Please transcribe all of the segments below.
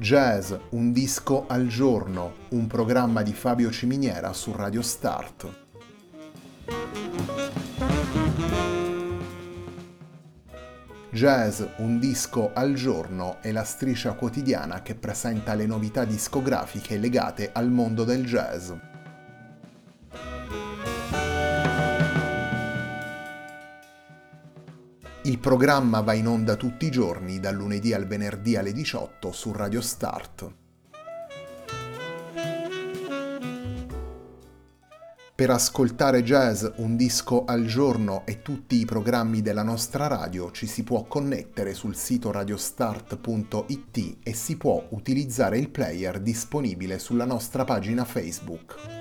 Jazz, un disco al giorno, un programma di Fabio Ciminiera su Radio Start. Jazz, un disco al giorno è la striscia quotidiana che presenta le novità discografiche legate al mondo del jazz. Il programma va in onda tutti i giorni, dal lunedì al venerdì alle 18 su Radio Start. Per ascoltare Jazz, un disco al giorno e tutti i programmi della nostra radio ci si può connettere sul sito radiostart.it e si può utilizzare il player disponibile sulla nostra pagina Facebook.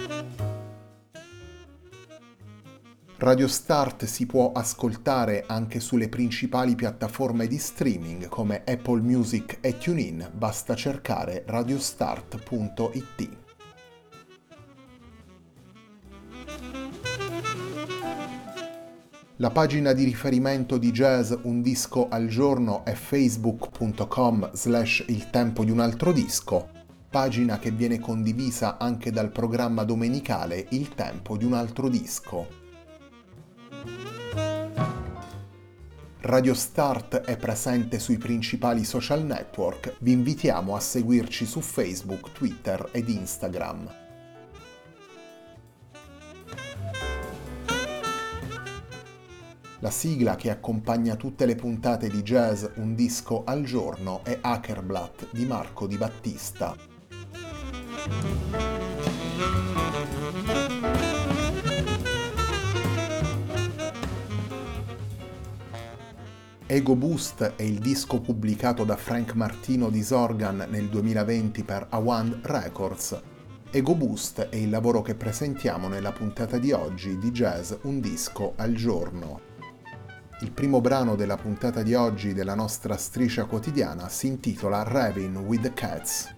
Radio Start si può ascoltare anche sulle principali piattaforme di streaming come Apple Music e TuneIn, basta cercare radiostart.it. La pagina di riferimento di Jazz Un Disco al Giorno è facebook.com/il tempo di un altro disco, pagina che viene condivisa anche dal programma domenicale Il tempo di un altro disco. Radio Start è presente sui principali social network, vi invitiamo a seguirci su Facebook, Twitter ed Instagram. La sigla che accompagna tutte le puntate di Jazz Un Disco al Giorno è Hackerblatt di Marco Di Battista. Ego Boost è il disco pubblicato da Frank Martino di Sorgan nel 2020 per A1 Records. Ego Boost è il lavoro che presentiamo nella puntata di oggi di Jazz Un Disco al Giorno. Il primo brano della puntata di oggi della nostra striscia quotidiana si intitola Raving with the Cats.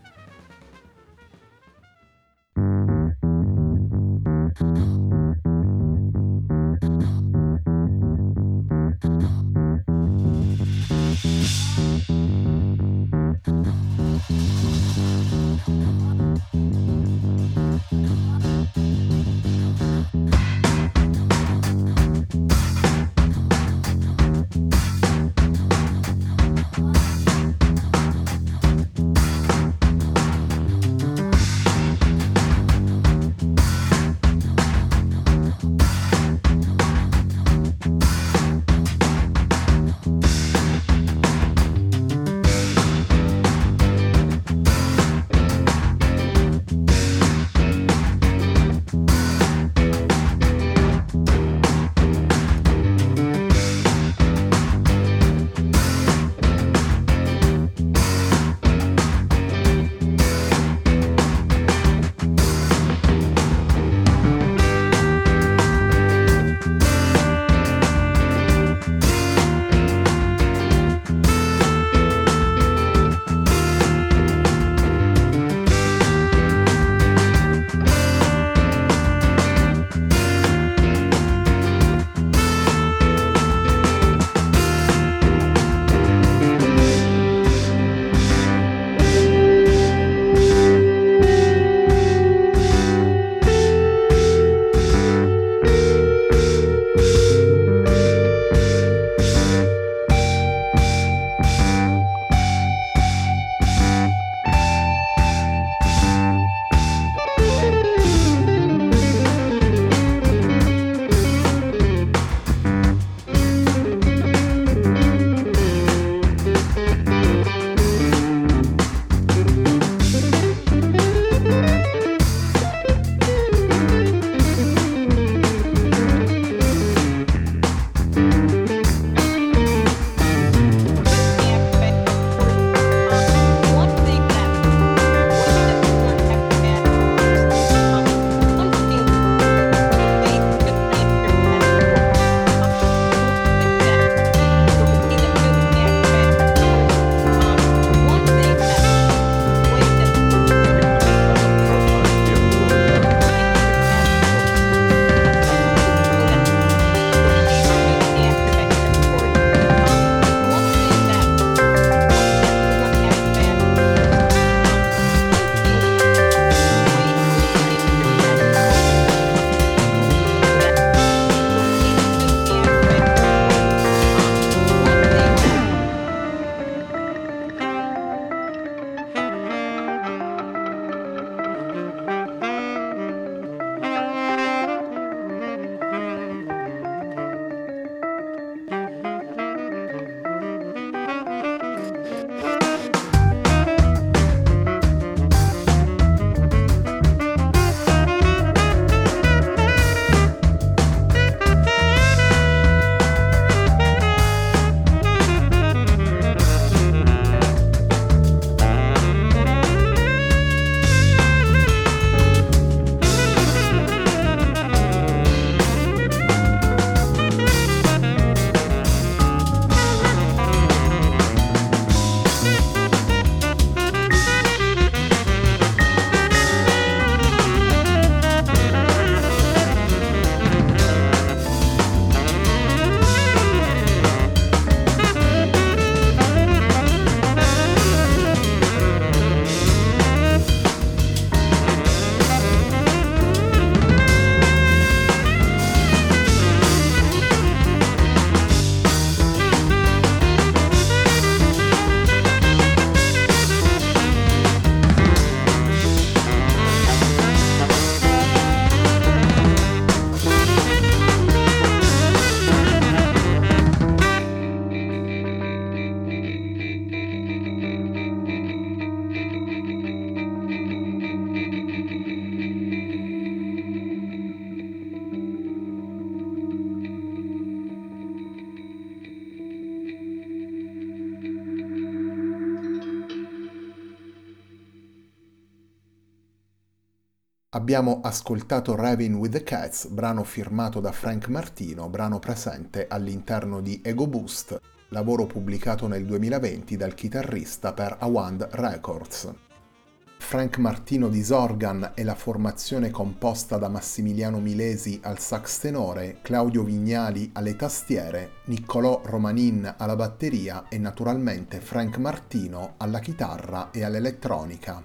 Abbiamo ascoltato Raving with the Cats, brano firmato da Frank Martino, brano presente all'interno di Ego Boost, lavoro pubblicato nel 2020 dal chitarrista per Awand Records. Frank Martino Disorgan è la formazione composta da Massimiliano Milesi al sax tenore, Claudio Vignali alle tastiere, Niccolò Romanin alla batteria e naturalmente Frank Martino alla chitarra e all'elettronica.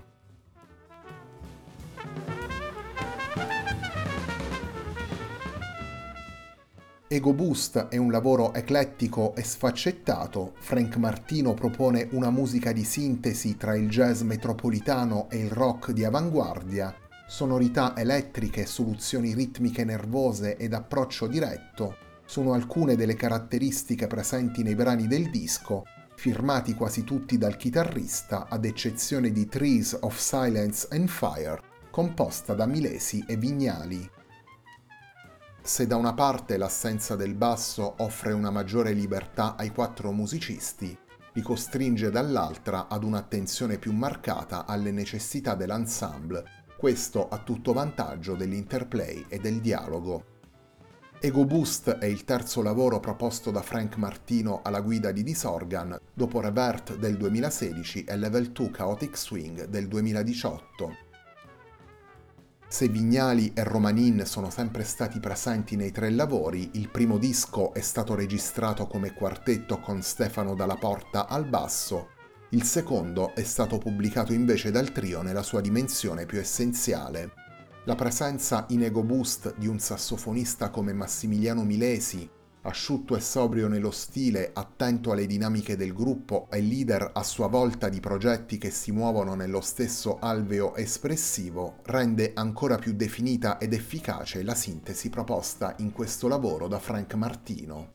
Ego Boost è un lavoro eclettico e sfaccettato. Frank Martino propone una musica di sintesi tra il jazz metropolitano e il rock di avanguardia, sonorità elettriche, soluzioni ritmiche nervose ed approccio diretto sono alcune delle caratteristiche presenti nei brani del disco, firmati quasi tutti dal chitarrista, ad eccezione di Trees of Silence and Fire, composta da Milesi e Vignali. Se da una parte l'assenza del basso offre una maggiore libertà ai 4 musicisti, li costringe dall'altra ad un'attenzione più marcata alle necessità dell'ensemble, questo a tutto vantaggio dell'interplay e del dialogo. Ego Boost è il terzo lavoro proposto da Frank Martino alla guida di Disorgan, dopo Revert del 2016 e Level 2 Chaotic Swing del 2018. Se Vignali e Romanin sono sempre stati presenti nei 3 lavori, il primo disco è stato registrato come quartetto con Stefano Dalla Porta al basso, il secondo è stato pubblicato invece dal trio nella sua dimensione più essenziale. La presenza in Ego Boost di un sassofonista come Massimiliano Milesi, asciutto e sobrio nello stile, attento alle dinamiche del gruppo e leader a sua volta di progetti che si muovono nello stesso alveo espressivo, rende ancora più definita ed efficace la sintesi proposta in questo lavoro da Frank Martino.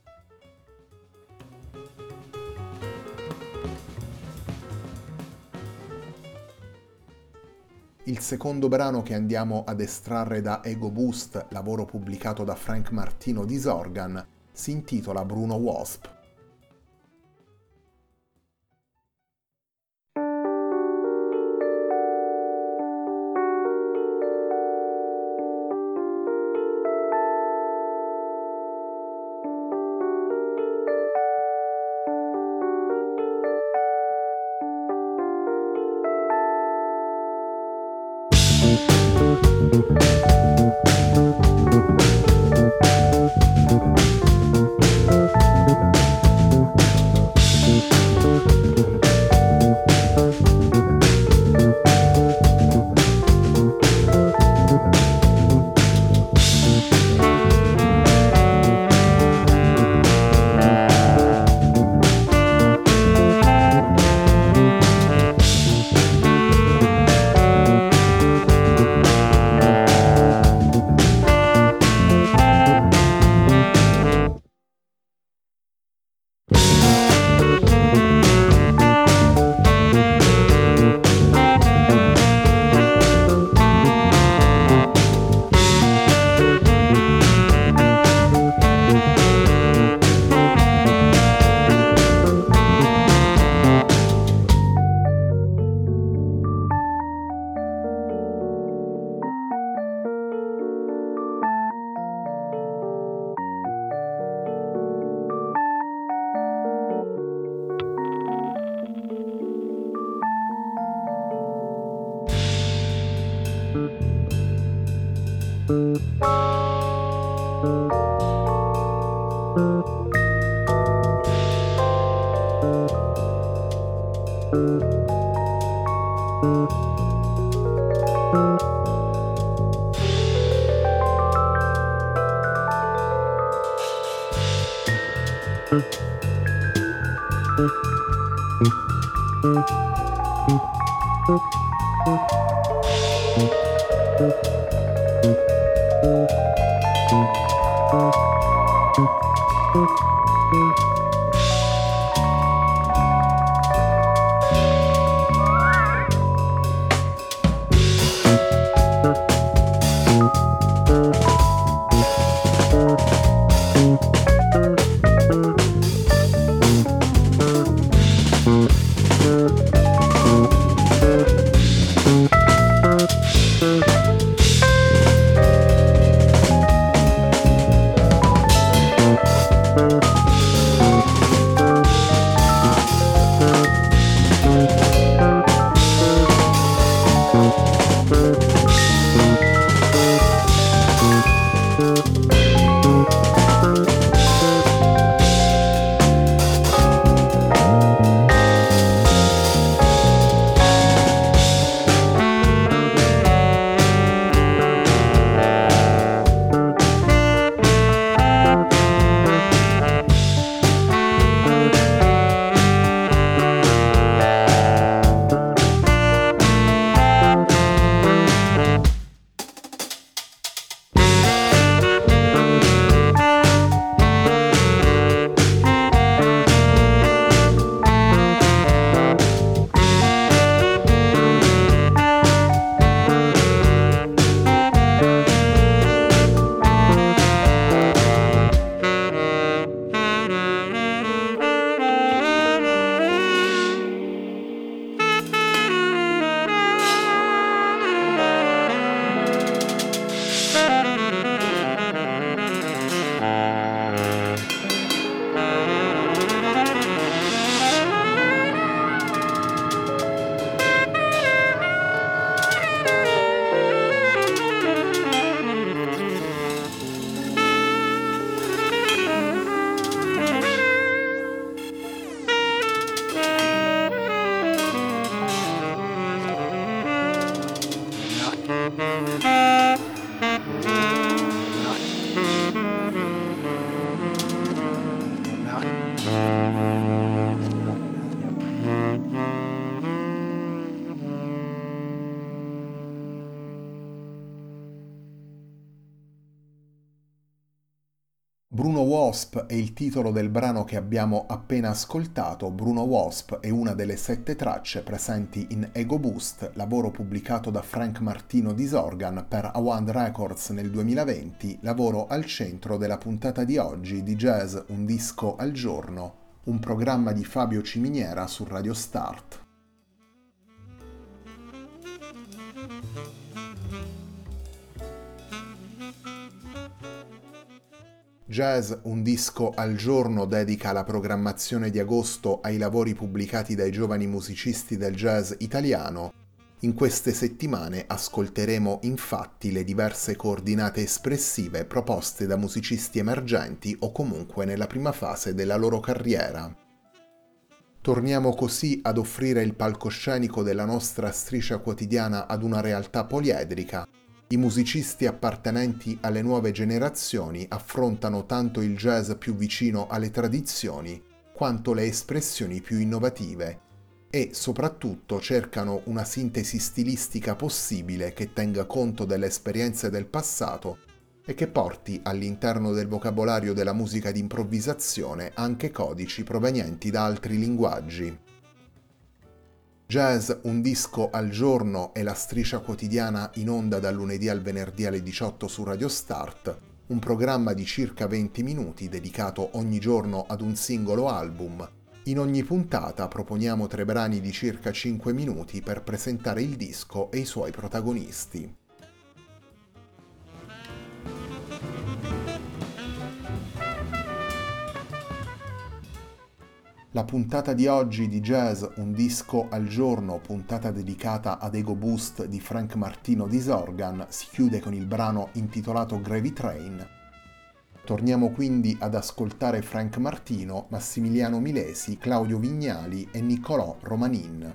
Il secondo brano che andiamo ad estrarre da Ego Boost, lavoro pubblicato da Frank Martino Disorgan, si intitola Bruno Wasp. Wasp è il titolo del brano che abbiamo appena ascoltato. Bruno Wasp è una delle 7 tracce presenti in Ego Boost, lavoro pubblicato da Frank Martino Disorgan per A1 Records nel 2020, lavoro al centro della puntata di oggi di Jazz Un Disco al Giorno, un programma di Fabio Ciminiera su Radio Start. Jazz Un Disco al Giorno dedica la programmazione di agosto ai lavori pubblicati dai giovani musicisti del jazz italiano. In queste settimane ascolteremo infatti le diverse coordinate espressive proposte da musicisti emergenti o comunque nella prima fase della loro carriera. Torniamo così ad offrire il palcoscenico della nostra striscia quotidiana ad una realtà poliedrica. I musicisti appartenenti alle nuove generazioni affrontano tanto il jazz più vicino alle tradizioni, quanto le espressioni più innovative e soprattutto cercano una sintesi stilistica possibile che tenga conto delle esperienze del passato e che porti all'interno del vocabolario della musica di improvvisazione anche codici provenienti da altri linguaggi. Jazz Un Disco al Giorno è la striscia quotidiana in onda dal lunedì al venerdì alle 18 su Radio Start, un programma di circa 20 minuti dedicato ogni giorno ad un singolo album. In ogni puntata proponiamo 3 brani di circa 5 minuti per presentare il disco e i suoi protagonisti. La puntata di oggi di Jazz Un Disco al Giorno, puntata dedicata ad Ego Boost di Frank Martino Disorgan, si chiude con il brano intitolato Gravy Train. Torniamo quindi ad ascoltare Frank Martino, Massimiliano Milesi, Claudio Vignali e Niccolò Romanin.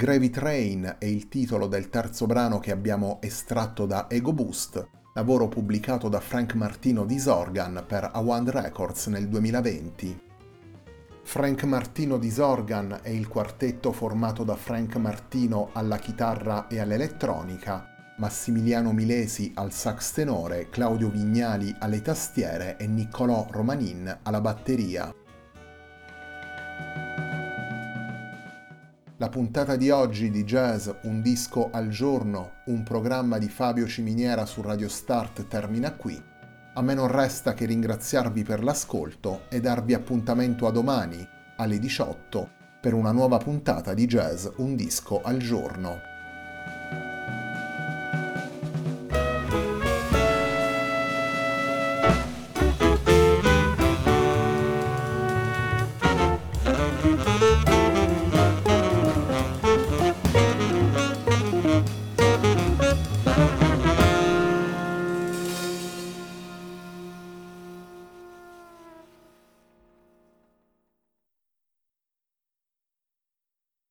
Gravy Train è il titolo del terzo brano che abbiamo estratto da Ego Boost, lavoro pubblicato da Frank Martino Disorgan per Awand Records nel 2020. Frank Martino Disorgan è il quartetto formato da Frank Martino alla chitarra e all'elettronica, Massimiliano Milesi al sax tenore, Claudio Vignali alle tastiere e Niccolò Romanin alla batteria. La puntata di oggi di Jazz Un disco al giorno, un programma di Fabio Ciminiera su Radio Start termina qui. A me non resta che ringraziarvi per l'ascolto e darvi appuntamento a domani, alle 18, per una nuova puntata di Jazz Un disco al giorno.